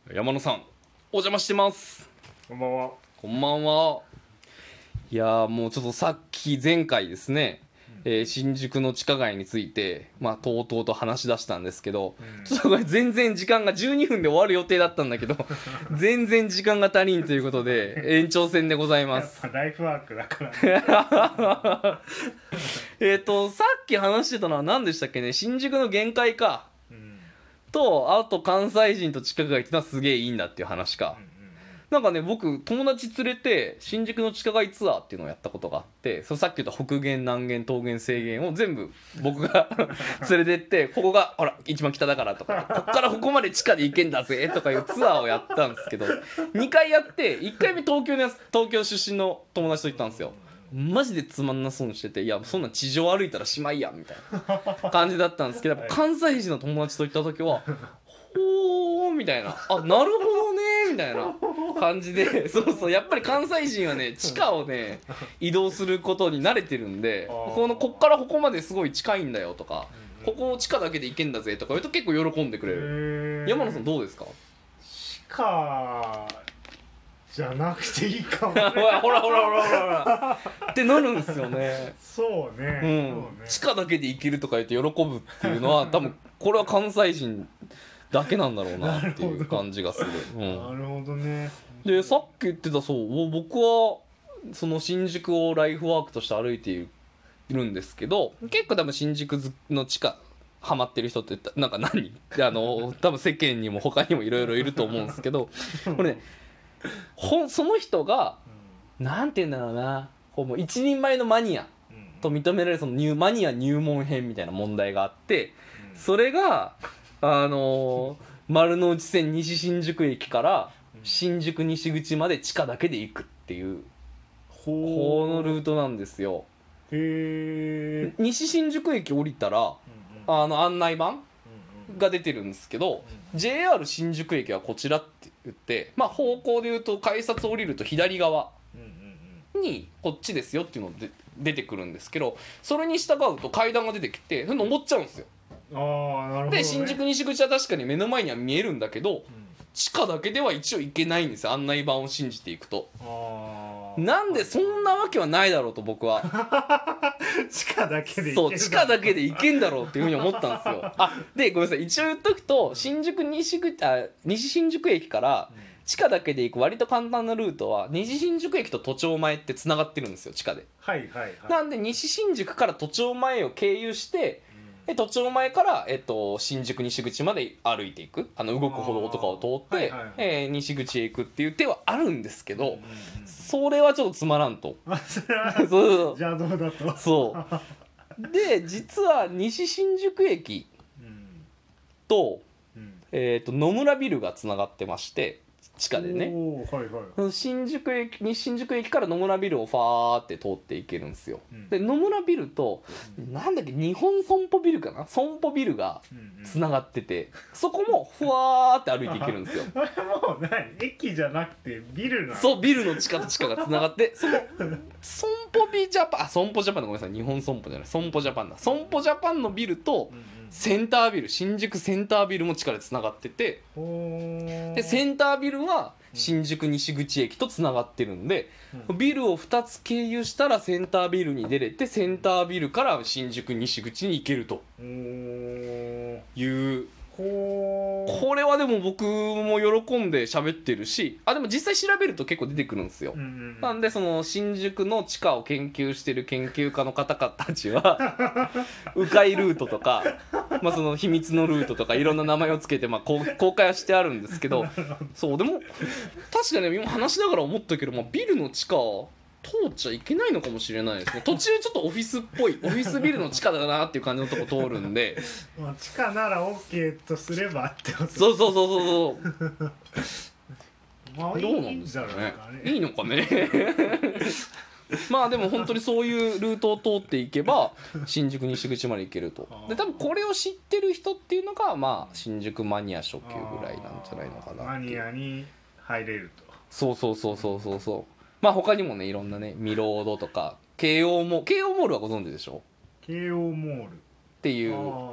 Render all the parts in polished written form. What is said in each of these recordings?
山野さんお邪魔してます。 こんばんは。 こんばんは。いやーもうちょっとさっき前回ですね、新宿の地下街についてとうとうと話し出したんですけど、ちょっとこれ全然時間が12分で終わる予定だったんだけど全然時間が足りんということで延長戦でございます。 やっぱライフワークだからね。 さっき話してたのは何でしたっけね。新宿の限界かうん。 と、あと関西人と地下街ってのはすげえいいんだっていう話か。なんかね、僕友達連れて新宿の地下街ツアーっていうのをやったことがあって、そのさっき言った北限南限東限西限を全部僕が連れてって、ここがほら一番北だからとか、こっからここまで地下で行けんだぜとかいうツアーをやったんですけど、2回やって1回目東京出身の友達と行ったんですよ。マジでつまんなそうにしてて、いやそんな地上歩いたらしまいやんみたいな感じだったんですけど、やっぱ関西人の友達と行った時はほーみたいな、あ、なるほどねみたいな感じで、そうそう、やっぱり関西人はね地下をね移動することに慣れてるんで、こっからここまですごい近いんだよとか、ここ地下だけで行けんだぜとか言うと結構喜んでくれる。山野さんどうですか？ 地下じゃなくていいかもほらね。 ほらほらほらほらってなるんですよね。 そうね。 うん、 そうね。 地下だけで行けるとか言って喜ぶっていうのは多分これは関西人だけなんだろうなっていう感じがする。 なるほどね。 でさっき言ってた、そう僕はその新宿をライフワークとして歩いているんですけど、結構多分新宿の地下ハマってる人ってなんか多分世間にも他にもいろいろいると思うんですけど、これねその人がなんて言うんだろうな、こうもう一人前のマニアと認められるそのマニア入門編みたいな問題があって、それが丸の内線西新宿駅から新宿西口まで地下だけで行くっていうこのルートなんですよ。 へえ。 西新宿駅降りたら案内板が出てるんですけど、JR 新宿駅はこちらって言って、方向で言うと改札降りると左側にこっちですよっていうので出てくるんですけど、それに従うと階段が出てきてそれ登っちゃうんですよ。 ああ、なるほどね。 で新宿西口は確かに目の前には見えるんだけど、地下だけでは一応行けないんですよ、案内板を信じていくと。なんでそんなわけはないだろうと僕は地下だけでそう地下だけで行けんだろうっていうふうに思ったんですよ。でごめんなさい、一応言っとくと西新宿駅から地下だけで行く割と簡単なルートは西新宿駅と都庁前ってつながってるんですよ、地下で。 はいはいはい。 なんで西新宿から都庁前を経由して都庁前から、新宿西口まで歩いていく、動く歩道とかを通って、西口へ行くっていう手はあるんですけど、それはちょっとつまらんと。 それはそう邪道だと。 そうで実は西新宿駅と、野村ビルがつながってまして、地下でね、西新宿駅から野村ビルをファーって通っていけるんですよ。で野村ビルとなんだっけ、日本損保ビルかな、損保ビルがつながってて、そこもふわーって歩いていけるんですよ。 あれもう駅じゃなくてビルなの？ そう、ビルの地下と地下がつながって、その損保ジャパン、損保ジャパンのごめんなさい、日本損保じゃない、損保ジャパンだ。損保ジャパンのビルとセンタービル、新宿センタービルも地下でつながってて、でセンタービルは新宿西口駅とつながってるんで、ビルを2つ経由したらセンタービルに出れて、センタービルから新宿西口に行けるという。これはでも僕も喜んで喋ってるし、でも実際調べると結構出てくるんですよ。なんでその新宿の地下を研究してる研究家の方々たちは迂回ルートとか、その秘密のルートとかいろんな名前をつけて公開はしてあるんですけど、そうでも確かに今話しながら思ったけど、ビルの地下通っちゃいけないのかもしれないですね。途中ちょっとオフィスっぽいオフィスビルの地下だなっていう感じのとこ通るんで地下なら OK とすればってこと。 そうどうなんですかね、いいのかねでも本当にそういうルートを通っていけば新宿西口まで行けると。で多分これを知ってる人っていうのが新宿マニア初級ぐらいなんじゃないのかな。 マニアに入れると。 そう他にもねいろんなね、ミロードとか慶応モールはご存知でしょ。 慶応モールっていう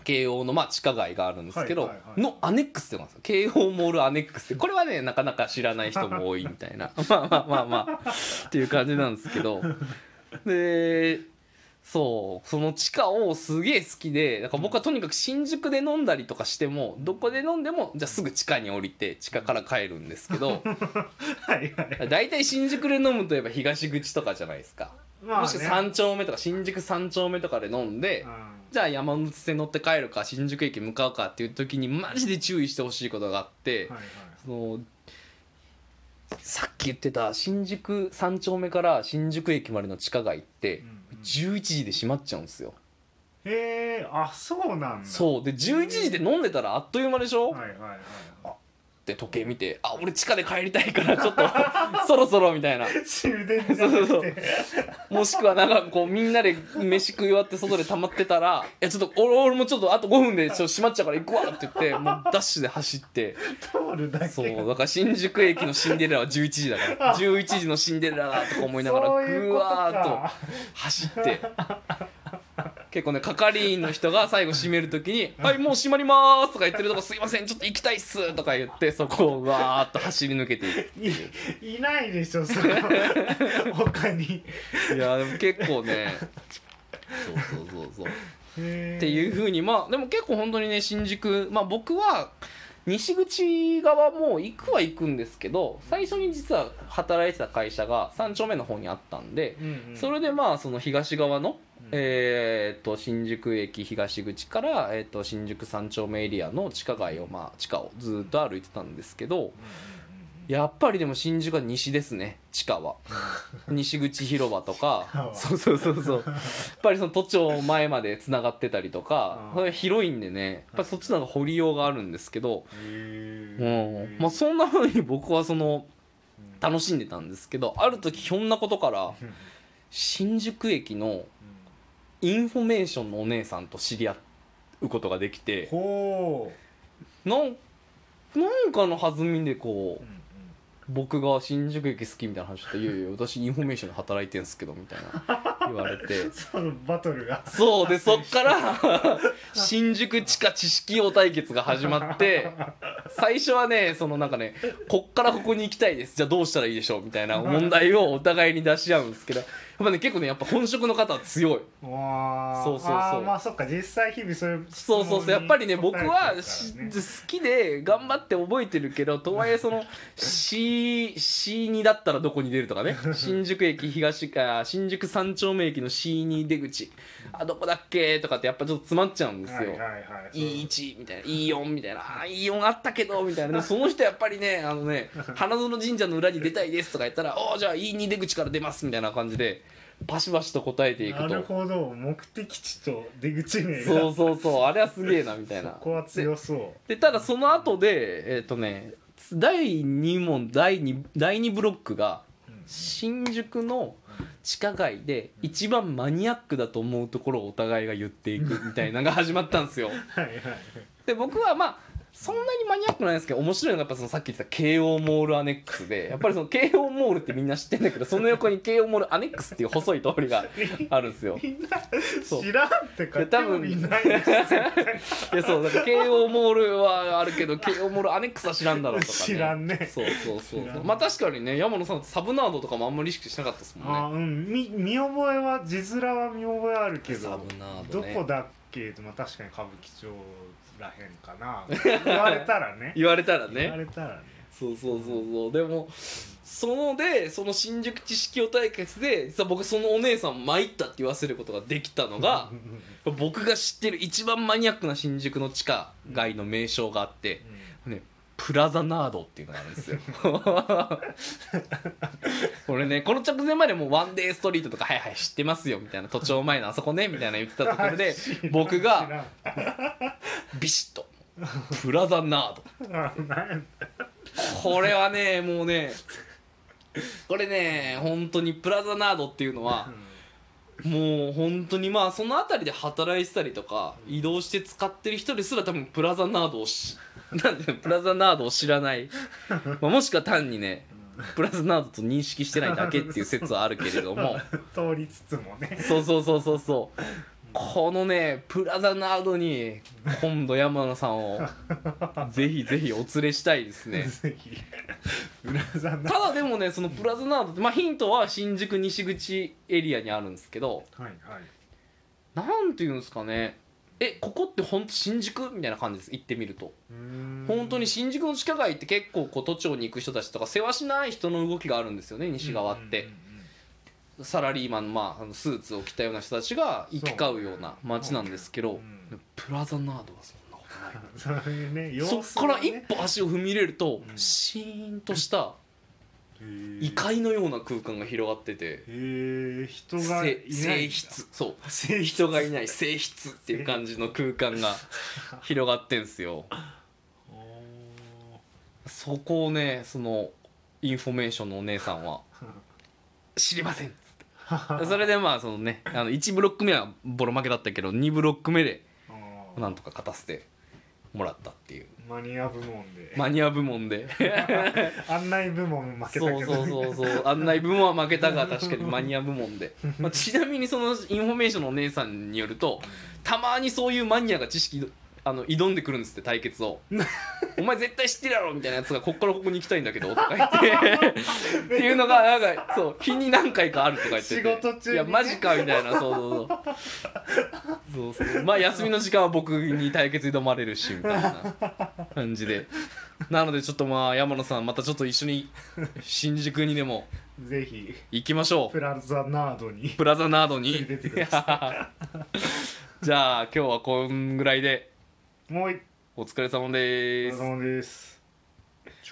京王のまあ地下街があるんですけど、 はいはいはいのアネックスってのがあるんですよ。京王モールアネックスってこれはねなかなか知らない人も多いみたいなまあまあまあまあっていう感じなんですけど、でそうその地下をすげえ好きで、だから僕はとにかく新宿で飲んだりとかしてもどこで飲んでもじゃあすぐ地下に降りて地下から帰るんですけどはいはい大体新宿で飲むといえば東口とかじゃないですか、 まあねもしくは3丁目とか新宿3丁目とかで飲んで、じゃあ山手線乗って帰るか新宿駅向かうかっていう時にマジで注意してほしいことがあって、 はいはいそのさっき言ってた新宿3丁目から新宿駅までの地下街ってうんうん 11時で閉まっちゃうんですよ。 へえ、あ、そうなんだ。 そうで11時で飲んでたらあっという間でしょ、 はいはいはいで時計見てあ俺地下で帰りたいからちょっとそろそろみたいな、 終電じゃなくてもしくはなんかこうみんなで飯食い終わって外で溜まってたらいやちょっと俺もちょっとあと5分で閉まっちゃうから行くわって言ってもうダッシュで走って通るだけ。 そうだから新宿駅のシンデレラは11時だから11時のシンデレラだとか思いながらぐそういうことわーっとか。 走って結構ね係員の人が最後閉める時に「はいもう閉まります」とか言ってるとこ「すいませんちょっと行きたいっす」とか言ってそこをわーっと走り抜けていく。 いないでしょそこ他に。 いやでも結構ねそうそうそうそうへーっていう風にまあでも結構本当にね新宿まあ僕は西口側も行くは行くんですけど最初に実は働いてた会社が3丁目の方にあったんで、 うんうん、 それでまあその東側の、 うん新宿駅東口から、新宿3丁目エリアの地下街をまあ地下をずっと歩いてたんですけど、やっぱりでも新宿は西ですね地下は西口広場とかそうそうそうそうやっぱりその都庁前までつながってたりとかそれ広いんでねやっぱりそっちの方が掘りようがあるんですけど、うんまあそんな風に僕はその楽しんでたんですけどある時ひょんなことから新宿駅のインフォメーションのお姉さんと知り合うことができてほなんかの弾みでこう、 う僕が新宿駅好きみたいな話して「いやいや私インフォメーションで働いてんすけど」みたいな言われてそのバトルがそうでそっから新宿地下知識王対決が始まって最初はねそのなんかねこっからここに行きたいですじゃあどうしたらいいでしょうみたいな問題をお互いに出し合うんですけどやっぱね結構ねやっぱ本職の方は強い。 わそうそうそうあーまあそっか実際日々そういうそうそうそうやっぱりね僕は好好きで頑張って覚えてるけどとはいえその C2 だったらどこに出るとかね新宿駅新宿3丁目駅の C2 出口あどこだっけとかってやっぱちょっと詰まっちゃうんですよ、 はいはいはい、 E1 みたいな E4 みたいなE4 あったけどみたいなでもその人やっぱりね花園神社の裏に出たいですとか言ったらおじゃあ E2 出口から出ますみたいな感じでバシバシと答えていくとなるほど目的地と出口名がそうそうそうあれはすげえなみたいなここは強そうでただその後で第2ブロックが新宿の地下街で一番マニアックだと思うところをお互いが言っていくみたいなのが始まったんですよ。 はいはいで僕はまあそんなにマニアックなんですけど面白いのがやっぱそのさっき言ってた京王モールアネックスでやっぱりその京王モールってみんな知ってんだけどその横に京王モールアネックスっていう細い通りがあるんですよ。 みんなそう知らんってか多分興味ないですいやそうだから京王モールはあるけど京王モールアネックスは知らんだろうとかね知らんねそうそうそう知らんまあ確かにね山野さんサブナードとかもあんまり意識しなかったですもんね。 あうん見覚えは字面は見覚えあるけどサブナードねどこだっけまあ確かに歌舞伎町らへんかな言われたらね言われたら言わねれたらねそうそうそうそうでもその新宿知識を対決で実は僕そのお姉さん参ったって言わせることができたのが僕が知ってる一番マニアックな新宿の地下街の名称があってねプラザナードっていうのがあるんですよこれねこの直前までもうワンデーストリートとかはいはい知ってますよみたいな都庁前のあそこねみたいな言ってたところで僕がビシッとプラザナードあなんやこれはねもうねこれね本当にプラザナードっていうのはもう本当にまあその辺りで働いてたりとか移動して使ってる人ですら多分プラザナードをプラザナードを知らない、まあ、もしくは単にねプラザナードと認識してないだけっていう説はあるけれども通りつつもねそうそうそうそうそうこのねプラザナードに今度山野さんをぜひぜひお連れしたいですね。 ぜひプラザナード。 ただでもねそのプラザナードって、まあ、ヒントは新宿西口エリアにあるんですけど、 はいはい。 なんていうんですかね、ここって本当新宿みたいな感じです。行ってみると本当に新宿の地下街って結構都庁に行く人たちとかせわしない人の動きがあるんですよね、西側って。サラリーマンの、まあ、スーツを着たような人たちが行き交うような街なんですけど、プラザナードはそんなことない。 そういうね、 そっから一歩足を踏み入れると、シーンとした異界のような空間が広がってて、 人がいない静筆、そう人がいない静筆っていう感じの空間が広がってんすよ。そこをねそのインフォメーションのお姉さんは知りませんっつってそれでまあそのね1ブロック目はボロ負けだったけど2ブロック目でなんとか勝たせてもらったっていう。 マニア部門で案内部門負けたけどそう案内部門は負けたが確かにマニア部門で、まあ、ちなみにそのインフォメーションのお姉さんによるとたまにそういうマニアが知識挑んでくるんですって対決をお前絶対知ってるやろみたいなやつがこっからここに行きたいんだけどとか言ってっていうのがなんかそう日に何回かあるとか言ってて仕事中に、ね、 いやマジかみたいなそうまあ休みの時間は僕に対決挑まれるしみたいな感じでなのでちょっとまあ山野さんまたちょっと一緒に新宿にでもぜひ行きましょう。 プラザナードに連れてってくださいじゃあ今日はこんぐらいでもうお疲れ様です。 お疲れ様です。